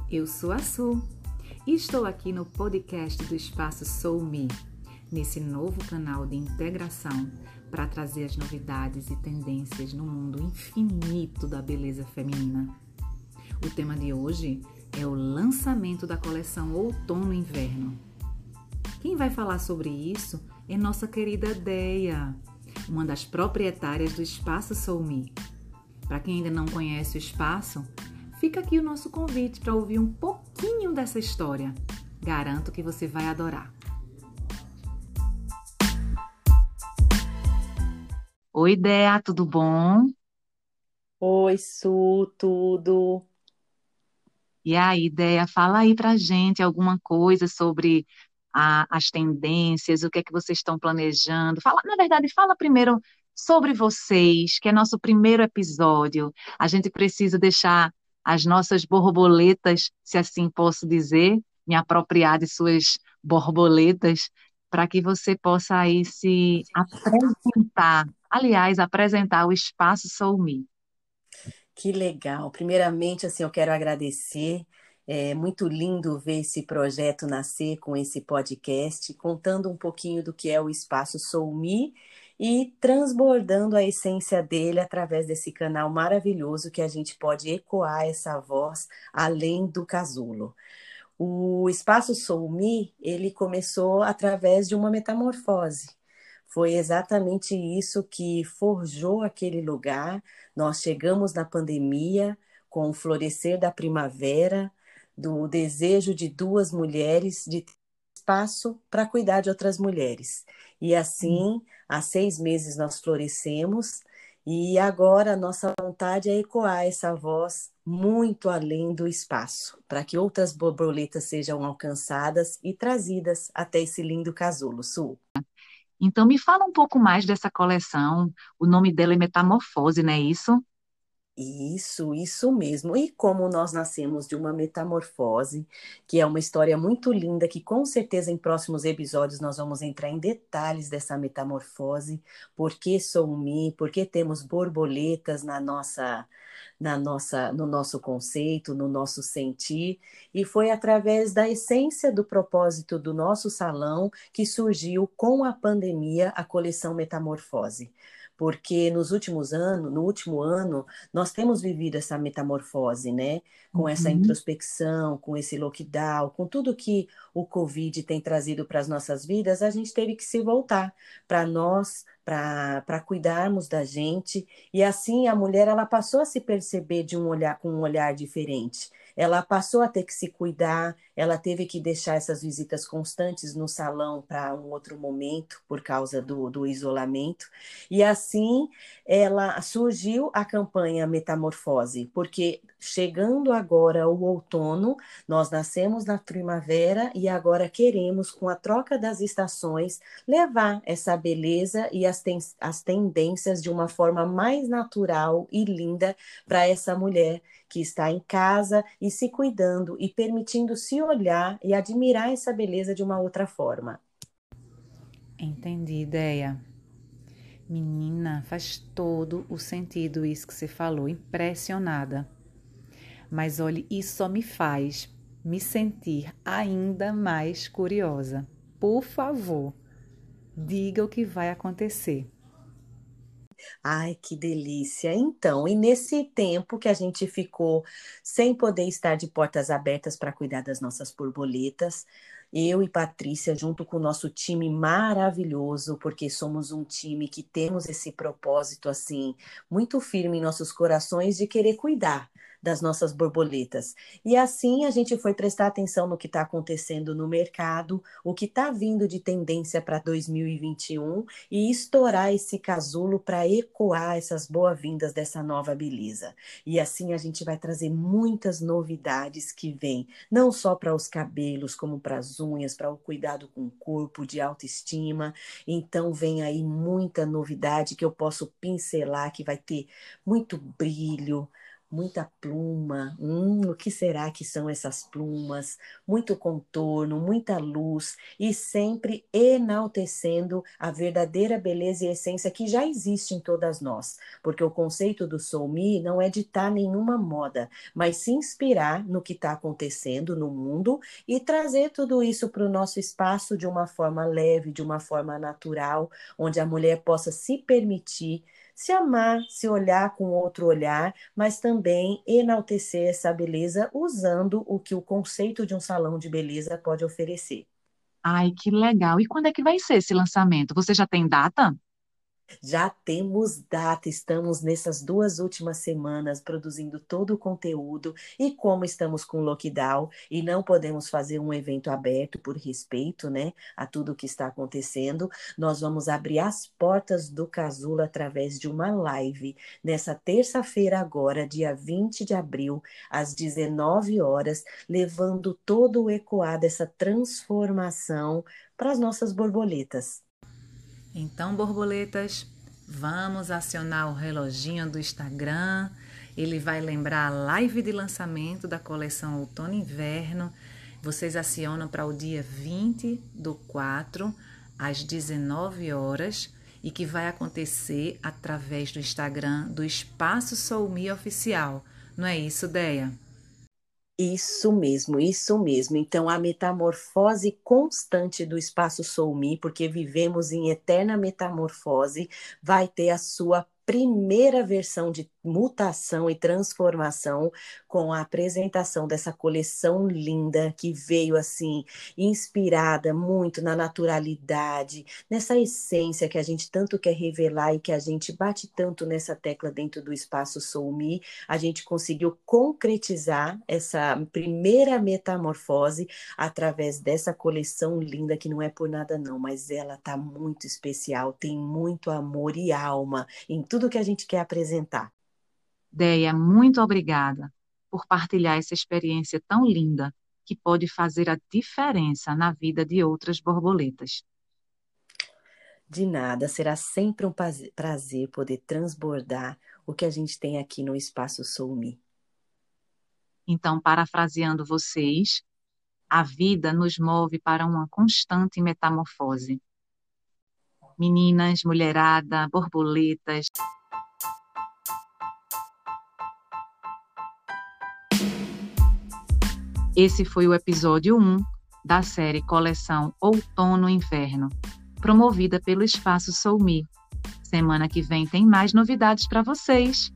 Eu sou a Su e estou aqui no podcast do Espaço Soul Me, nesse novo canal de integração para trazer as novidades e tendências no mundo infinito da beleza feminina. O tema de hoje é o lançamento da coleção Outono-Inverno. Quem vai falar sobre isso é nossa querida Deia, uma das proprietárias do Espaço Soul Me. Para quem ainda não conhece o espaço, fica aqui o nosso convite para ouvir um pouquinho dessa história. Garanto que você vai adorar. Oi, Dea, tudo bom? Oi, Su, tudo? E aí, Dea, fala aí pra gente alguma coisa sobre as tendências, o que é que vocês estão planejando. Fala primeiro sobre vocês, que é nosso primeiro episódio. A gente precisa deixar as nossas borboletas, se assim posso dizer, me apropriar de suas borboletas, para que você possa aí se apresentar. Aliás, apresentar o Espaço Soul Me. Que legal. Primeiramente, assim, eu quero agradecer. É muito lindo ver esse projeto nascer com esse podcast, contando um pouquinho do que é o Espaço Soul Me e transbordando a essência dele através desse canal maravilhoso que a gente pode ecoar essa voz além do casulo. O Espaço Soul Me, ele começou através de uma metamorfose. Foi exatamente isso que forjou aquele lugar. Nós chegamos na pandemia com o florescer da primavera, do desejo de duas mulheres de ter espaço para cuidar de outras mulheres. E assim, há 6 meses nós florescemos e agora a nossa vontade é ecoar essa voz muito além do espaço, para que outras borboletas sejam alcançadas e trazidas até esse lindo casulo, Sul. Então, me fala um pouco mais dessa coleção. O nome dela é Metamorfose, não é isso? Isso mesmo. E como nós nascemos de uma metamorfose, que é uma história muito linda, que com certeza em próximos episódios nós vamos entrar em detalhes dessa metamorfose, por que sou Mi, por que temos borboletas no nosso conceito, no nosso sentir, e foi através da essência do propósito do nosso salão que surgiu com a pandemia a coleção Metamorfose. Porque nos últimos anos, no último ano, nós temos vivido essa metamorfose, né? Com essa Uhum. introspecção, com esse lockdown, com tudo que o Covid tem trazido para as nossas vidas, a gente teve que se voltar para nós, para cuidarmos da gente. E assim a mulher ela passou a se perceber de um olhar com um olhar diferente. Ela passou a ter que se cuidar, ela teve que deixar essas visitas constantes no salão para um outro momento, por causa do isolamento. E assim ela surgiu a campanha Metamorfose, porque chegando agora o outono, nós nascemos na primavera e agora queremos, com a troca das estações, levar essa beleza e as tendências de uma forma mais natural e linda para essa mulher que está em casa e se cuidando e permitindo se olhar e admirar essa beleza de uma outra forma. Entendi, ideia. Menina, faz todo o sentido isso que você falou. Impressionada. Mas olhe, isso só me faz me sentir ainda mais curiosa. Por favor, diga o que vai acontecer. Ai, que delícia! Então, e nesse tempo que a gente ficou sem poder estar de portas abertas para cuidar das nossas borboletas, eu e Patrícia, junto com o nosso time maravilhoso, porque somos um time que temos esse propósito assim muito firme em nossos corações de querer cuidar das nossas borboletas. E assim a gente foi prestar atenção no que está acontecendo no mercado, o que está vindo de tendência para 2021 e estourar esse casulo para ecoar essas boas-vindas dessa nova beleza. E assim a gente vai trazer muitas novidades que vêm, não só para os cabelos, como para as unhas, para o cuidado com o corpo, de autoestima. Então vem aí muita novidade que eu posso pincelar, que vai ter muito brilho, Muita pluma. O que será que são essas plumas? Muito contorno, muita luz e sempre enaltecendo a verdadeira beleza e essência que já existe em todas nós. Porque o conceito do Soul Me não é ditar nenhuma moda, mas se inspirar no que está acontecendo no mundo e trazer tudo isso para o nosso espaço de uma forma leve, de uma forma natural, onde a mulher possa se permitir se amar, se olhar com outro olhar, mas também enaltecer essa beleza usando o que o conceito de um salão de beleza pode oferecer. Ai, que legal. E quando é que vai ser esse lançamento? Você já tem data? Já temos data, estamos nessas 2 últimas semanas produzindo todo o conteúdo e como estamos com lockdown e não podemos fazer um evento aberto por respeito, né, a tudo que está acontecendo, nós vamos abrir as portas do casulo através de uma live nessa terça-feira agora, dia 20 de abril, às 19 horas, levando todo o ecoar dessa transformação para as nossas borboletas. Então, borboletas, vamos acionar o reloginho do Instagram. Ele vai lembrar a live de lançamento da coleção Outono e Inverno. Vocês acionam para o dia 20/4, às 19 horas, e que vai acontecer através do Instagram do Espaço Soul Me Oficial. Não é isso, Deia? Isso mesmo, isso mesmo. Então, a metamorfose constante do espaço Soul-Me, porque vivemos em eterna metamorfose, vai ter a sua primeira versão de mutação e transformação com a apresentação dessa coleção linda que veio assim inspirada muito na naturalidade, nessa essência que a gente tanto quer revelar e que a gente bate tanto nessa tecla dentro do espaço Soul-Me. A gente conseguiu concretizar essa primeira metamorfose através dessa coleção linda que não é por nada não, mas ela tá muito especial, tem muito amor e alma em tudo que a gente quer apresentar. Deia, muito obrigada por partilhar essa experiência tão linda que pode fazer a diferença na vida de outras borboletas. De nada, será sempre um prazer poder transbordar o que a gente tem aqui no Espaço Soul-Me. Então, parafraseando vocês, a vida nos move para uma constante metamorfose. Meninas, mulherada, borboletas. Esse foi o episódio 1 da série Coleção Outono e Inverno, promovida pelo Espaço Soul Me. Semana que vem tem mais novidades para vocês.